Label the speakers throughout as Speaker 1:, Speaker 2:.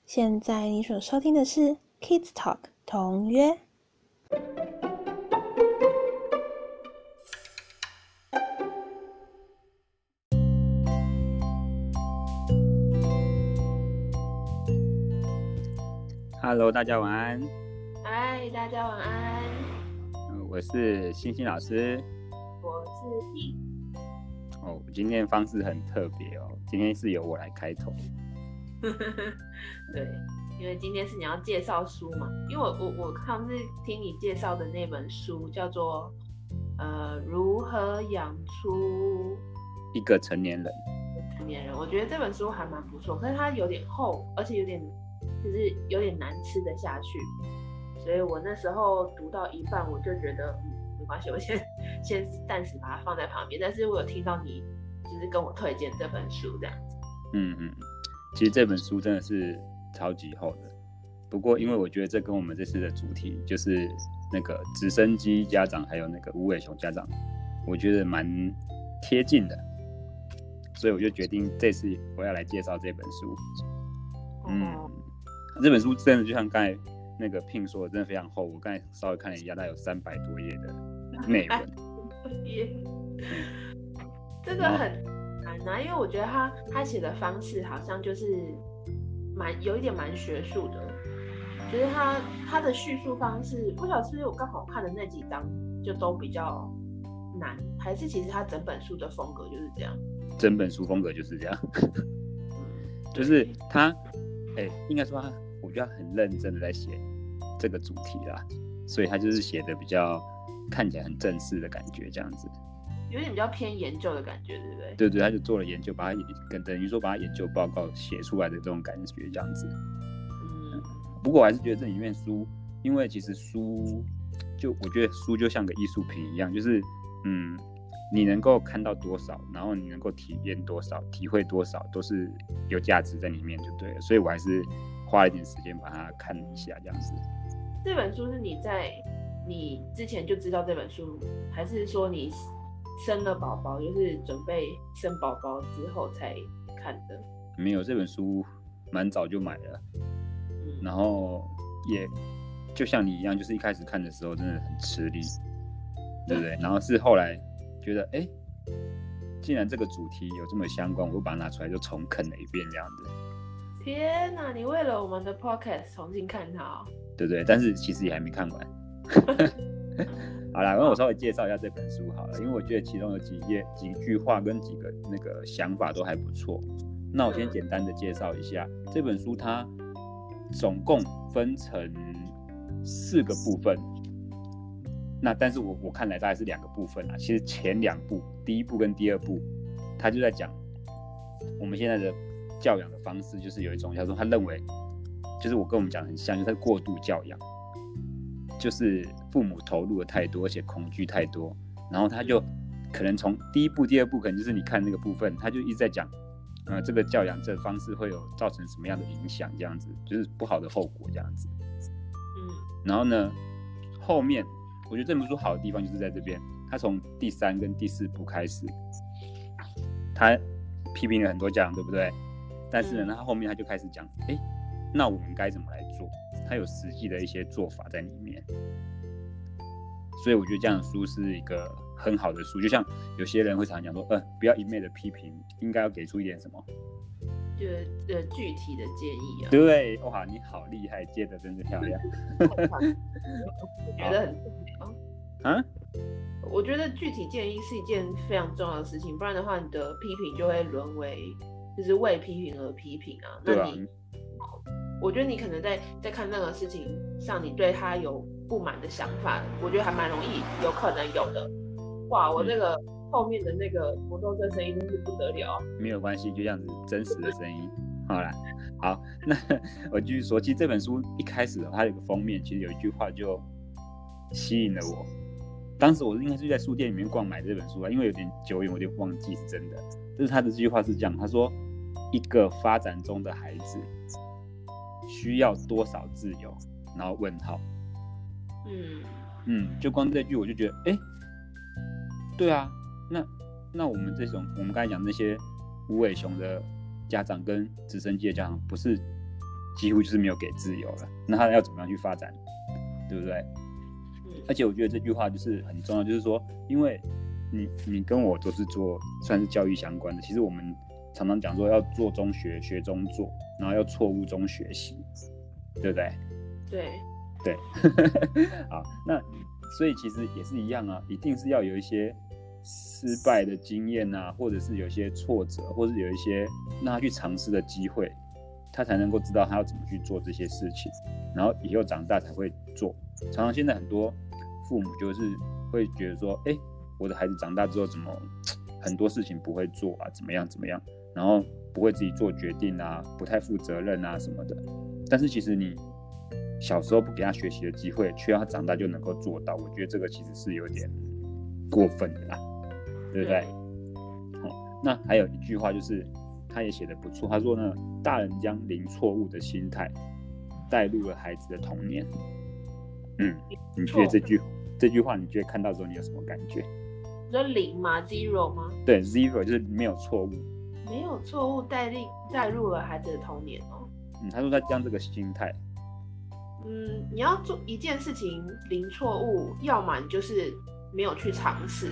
Speaker 1: 现在你所收听的是 Kids Talk 童约。
Speaker 2: Hello， 大家晚安。
Speaker 3: 嗨，大家晚安。
Speaker 2: 我是星星老师。
Speaker 3: 我是P。
Speaker 2: 今天的方式很特别哦，今天是由我来开头。
Speaker 3: 对，因为今天是你要介绍书嘛，因为我上次听你介绍的那本书叫做如何养出
Speaker 2: 一个成年人。
Speaker 3: 我觉得这本书还蛮不错，可是它有点厚，而且有点难吃得下去，所以我那时候读到一半，我就觉得没关系，我先暂时把它放在旁边。但是我有听到你就是跟我推荐这本书这样子。
Speaker 2: 其实这本书真的是超级厚的，不过因为我觉得这跟我们这次的主题就是那个直升机家长还有那个无尾熊家长，我觉得蛮贴近的，所以我就决定这次我要来介绍这本书。这本书真的就像刚才那个 Pin 说的，真的非常厚。我刚才稍微看了一下，大概有300多页的内文。
Speaker 3: 这个很难啊，因为我觉得他写的方式好像就是有一点蛮学术的，就是他的叙述方式，不晓得是不是我刚好看的那几章就都比较难，还是其实他整本书的风格就是这样。
Speaker 2: 整本书风格就是这样，就是他，应该说我觉得他很认真的在写这个主题啦，所以他就是写的比较看起来很正式的感觉，这样子，
Speaker 3: 有点比较偏研究的感觉，对不对？
Speaker 2: 对，他就做了研究，把它等于说把他研究报告写出来的这种感觉，这样子。不过我还是觉得这里面书，因为其实书我觉得书就像个艺术品一样，就是你能够看到多少，然后你能够体验多少、体会多少，都是有价值在里面就对了。所以我还是花了一点时间把它看一下，这样子。
Speaker 3: 这本书是你之前就知道这本书，还是说你生了宝宝，就是准备生宝宝之后才看的？
Speaker 2: 没有，这本书蛮早就买了，然后也就像你一样，就是一开始看的时候真的很吃力，对不对？然后是后来觉得，既然这个主题有这么相关，我就把它拿出来就重啃了一遍这样子。
Speaker 3: 天哪，你为了我们的 podcast 重新看它哦？
Speaker 2: 对不对？但是其实也还没看完。好啦，那我稍微介绍一下这本书好了，因为我觉得其中有几句话跟几个那个想法都还不错。那我先简单的介绍一下这本书，它总共分成4个部分。那但是我看来大概是2个部分啦。其实前2部，第1部跟第2部，他就在讲我们现在的教养的方式，就是有一种叫做他认为，就是我跟我们讲的很像，就是他过度教养，就是父母投入的太多，而且恐惧太多，然后他就可能从第1部、第2部，可能就是你看那个部分，他就一直在讲，这个教养这个方式会有造成什么样的影响，这样子就是不好的后果这样子。然后呢，后面我觉得这本书好的地方就是在这边，他从第3跟第4部开始，他批评了很多家长，对不对？但是呢，他后面他就开始讲，那我们该怎么来做？他有实际的一些做法在里面，所以我觉得这样的书是一个很好的书。就像有些人会常讲说，不要一昧的批评，应该要给出一点什么，
Speaker 3: 就是具体的建议啊。
Speaker 2: 对，哇，你好厉害，接得真是漂亮。
Speaker 3: 我觉得很重要。我觉得具体建议是一件非常重要的事情，不然的话，你的批评就会沦为就是为批评而批评啊。那我觉得你可能在看任何事情上，你对他有不满的想法，我觉得还蛮容易有可能有的。哇，我那个后面的那个魔兽这声音真是不得了。
Speaker 2: 没有关系，就这样子真实的声音。好啦，好，那我继续说，其实这本书一开始它有个封面，其实有一句话就吸引了我。当时我应该是在书店里面逛买这本书啊，因为有点久远，我有点忘记是真的。但是他的这句话是这样，他说：一个发展中的孩子需要多少自由？然后问号。就光这句我就觉得，对啊，那我们这种我们刚才讲那些无尾熊的家长跟直升机的家长，不是几乎就是没有给自由了，那他要怎么样去发展，对不对？而且我觉得这句话就是很重要，就是说，因为你跟我都是做算是教育相关的，其实我们常常讲说要做中学，学中做，然后要错误中学习，对不对？对，好，那所以其实也是一样啊，一定是要有一些失败的经验啊，或者是有一些挫折，或者是有一些让他去尝试的机会，他才能够知道他要怎么去做这些事情，然后以后长大才会做。常常现在很多父母就是会觉得说，我的孩子长大之后怎么很多事情不会做啊，怎么样，然后不会自己做决定啊，不太负责任啊什么的。但是其实你小时候不给他学习的机会，却让他长大就能够做到，我觉得这个其实是有点过分的啦，对不对？那还有一句话就是他也写得不错，他说呢，大人将零错误的心态带入了孩子的童年。你觉得这句话你觉得看到之后你有什么感觉？
Speaker 3: 你说零吗 ？zero 吗？
Speaker 2: 对 ，zero 就是没有错误，
Speaker 3: 没有错误带入了孩子的童年哦。
Speaker 2: 他说他将这个心态，
Speaker 3: 你要做一件事情零错误，要么你就是没有去尝试，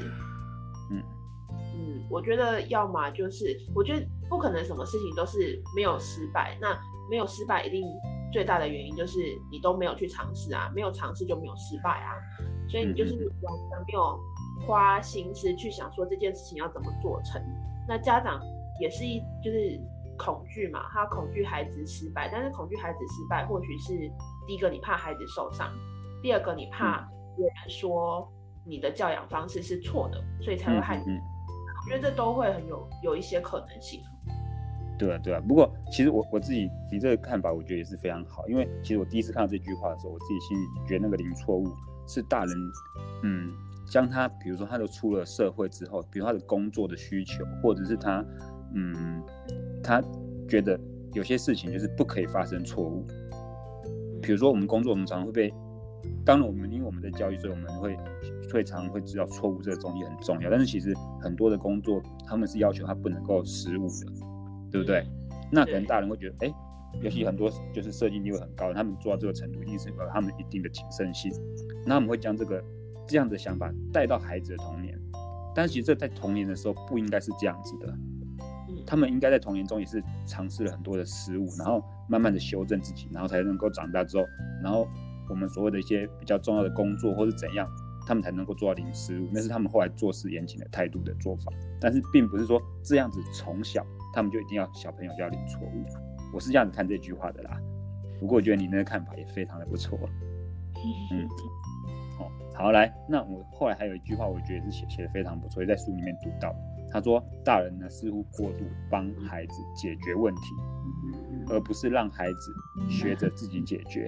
Speaker 3: 我觉得要么就是，我觉得不可能什么事情都是没有失败，那没有失败一定最大的原因就是你都没有去尝试啊，没有尝试就没有失败啊，所以你就是完全没有花心思去想说这件事情要怎么做成。那家长也是就是恐惧嘛，他恐惧孩子失败，但是恐惧孩子失败或许是第一个你怕孩子受伤，第二个你怕别人说你的教养方式是错的，所以才会害你。我觉得这都会很有一些可能性。
Speaker 2: 对啊。不过其实我自己，你这个看法我觉得也是非常好，因为其实我第一次看到这句话的时候，我自己心里觉得那个零错误是大人，将他比如说他都出了社会之后，比如他的工作的需求，或者是他觉得有些事情就是不可以发生错误。比如说我们工作，我们常常会被，当然因为我们在教育，所以我们会常常会知道错误这个东西很重要，但是其实很多的工作他们是要求他不能够失误的，对不对？那可能大人会觉得，尤其很多就是社经地位很高的，他们做到这个程度，一定是有他们一定的谨慎性，那他们会将这样的想法带到孩子的童年，但是其实这在童年的时候不应该是这样子的，他们应该在童年中也是尝试了很多的失误，然后慢慢的修正自己，然后才能够长大之后，然后我们所谓的一些比较重要的工作或是怎样，他们才能够做到零失误，那是他们后来做事严谨的态度的做法，但是并不是说这样子从小他们就一定要小朋友就要零错误，我是这样子看这句话的啦。不过我觉得你那个看法也非常的不错。好，来，那我后来还有一句话，我觉得是写得非常不错，也在书里面读到。他说，大人呢似乎过度帮孩子解决问题，而不是让孩子学着自己解决。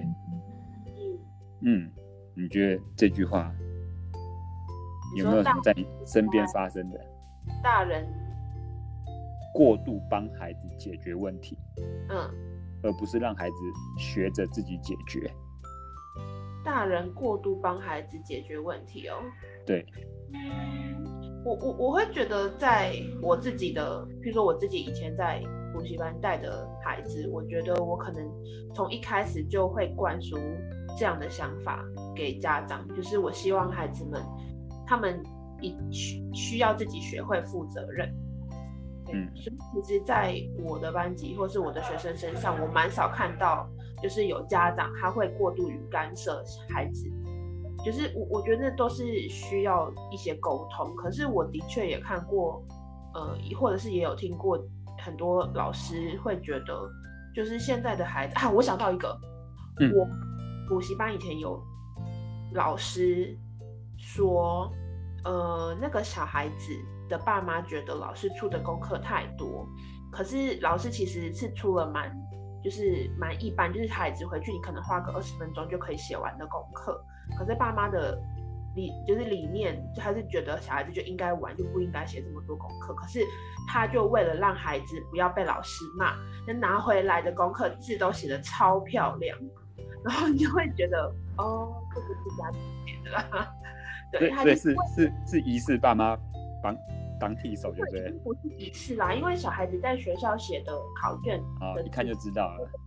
Speaker 2: 你觉得这句话有没有什么在你身边发生的？
Speaker 3: 大人
Speaker 2: 过度帮孩子解决问题，而不是让孩子学着自己解决。
Speaker 3: 大人过度帮孩子解决问题哦。
Speaker 2: 对。
Speaker 3: 我会觉得，在我自己的，比如说我自己以前在补习班带的孩子，我觉得我可能从一开始就会灌输这样的想法给家长，就是我希望孩子们他们需要自己学会负责任。所以其实在我的班级或是我的学生身上，我蛮少看到就是有家长他会过度于干涉孩子，就是我觉得都是需要一些沟通。可是我的确也看过或者是也有听过很多老师会觉得，就是现在的孩子我想到一个，我补习班以前有老师说那个小孩子的爸妈觉得老师出的功课太多，可是老师其实是出了蛮一般，就是孩子回去你可能花个20分钟就可以写完的功课，可是爸妈的理念他是觉得小孩子就应该玩，就不应该写这么多功课，可是他就为了让孩子不要被老师骂，那拿回来的功课字都写得超漂亮，然后你就会觉得这不是家长写的啦。对，
Speaker 2: 所以是疑似爸妈当替手，对不对？
Speaker 3: 不是疑似啦，因为小孩子在学校写的考卷
Speaker 2: 一看就知道了，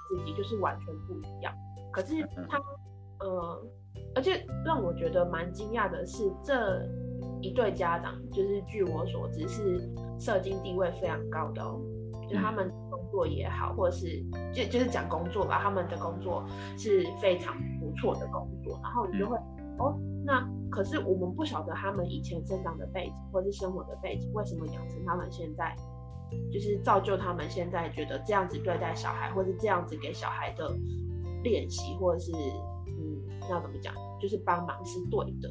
Speaker 3: 自己就是完全不一样。可是他而且让我觉得蛮惊讶的是，这一对家长就是据我所知是社经地位非常高的哦，就他们工作也好，或者是就是讲工作吧，他们的工作是非常不错的工作，然后你就会那可是我们不晓得他们以前生长的背景或是生活的背景，为什么养成他们现在就是造就他们现在觉得这样子对待小孩，或是这样子给小孩的练习，或者是要怎么讲，就是帮忙是对的。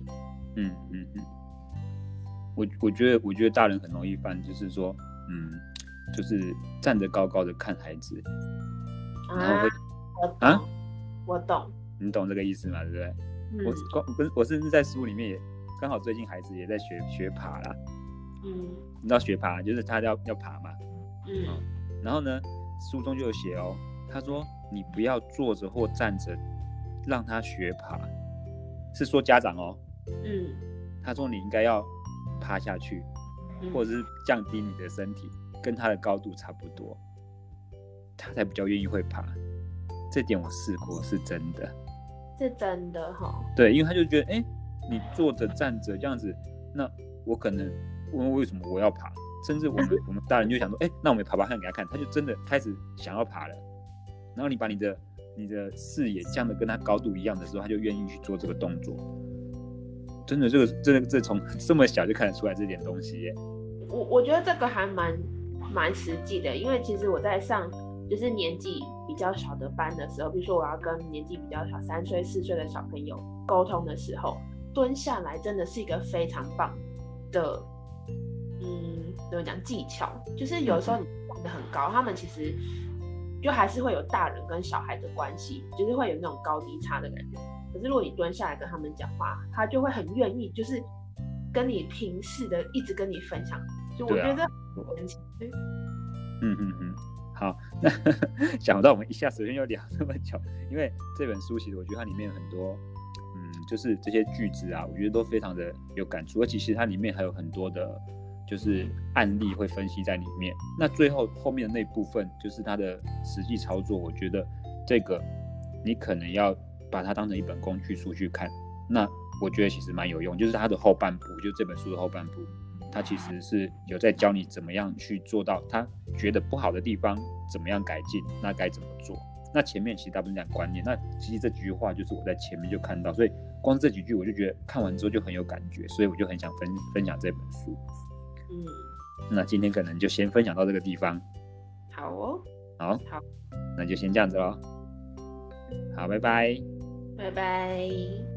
Speaker 2: 我觉得大人很容易犯，就是说就是站得高高的看孩子，然后会
Speaker 3: 我懂，
Speaker 2: 你懂这个意思吗？对不对？我甚至在书里面也刚好最近孩子也在学爬啦，你知道学爬就是他要爬嘛，然后呢书中就有写哦，他说你不要坐着或站着让他学爬，是说家长哦，他说你应该要趴下去，或者是降低你的身体跟他的高度差不多，他才比较愿意会爬。这点我试过，是真的，
Speaker 3: 是真的齁。对，
Speaker 2: 因为他就觉得，你坐着站着这样子，那我可能问为什么我要爬，甚至我们大人就想说，那我们爬爬看给他看，他就真的开始想要爬了。然后你把你的视野降得跟他高度一样的时候，他就愿意去做这个动作。真的，这从这么小就看得出来这点东西耶。
Speaker 3: 我觉得这个还蛮实际的，因为其实我在上就是年纪比较小的班的时候，比如说我要跟年纪比较小3岁4岁的小朋友沟通的时候，蹲下来真的是一个非常棒的怎么讲技巧，就是有时候你站得很高，他们其实就还是会有大人跟小孩的关系，就是会有那种高低差的感觉。可是如果你蹲下来跟他们讲话，他就会很愿意，就是跟你平视的一直跟你分享，就我觉得很温情。
Speaker 2: 好，那想不到我们一下子就聊这么久，因为这本书其实我觉得它里面有很多就是这些句子啊，我觉得都非常的有感触，而且其实它里面还有很多的就是案例会分析在里面。那最后面的那部分就是它的实际操作，我觉得这个你可能要把它当成一本工具书去看，那我觉得其实蛮有用，就是它的后半部，就是这本书的后半部，它其实是有在教你怎么样去做到他觉得不好的地方怎么样改进，那该怎么做。那前面其实大部分讲观念，那其实这几句话就是我在前面就看到，所以光这几句我就觉得看完之后就很有感觉，所以我就很想分享这本书。那今天可能就先分享到这个地方。
Speaker 3: 好哦，
Speaker 2: 好，那就先这样子咯。好，拜拜。
Speaker 3: 拜拜。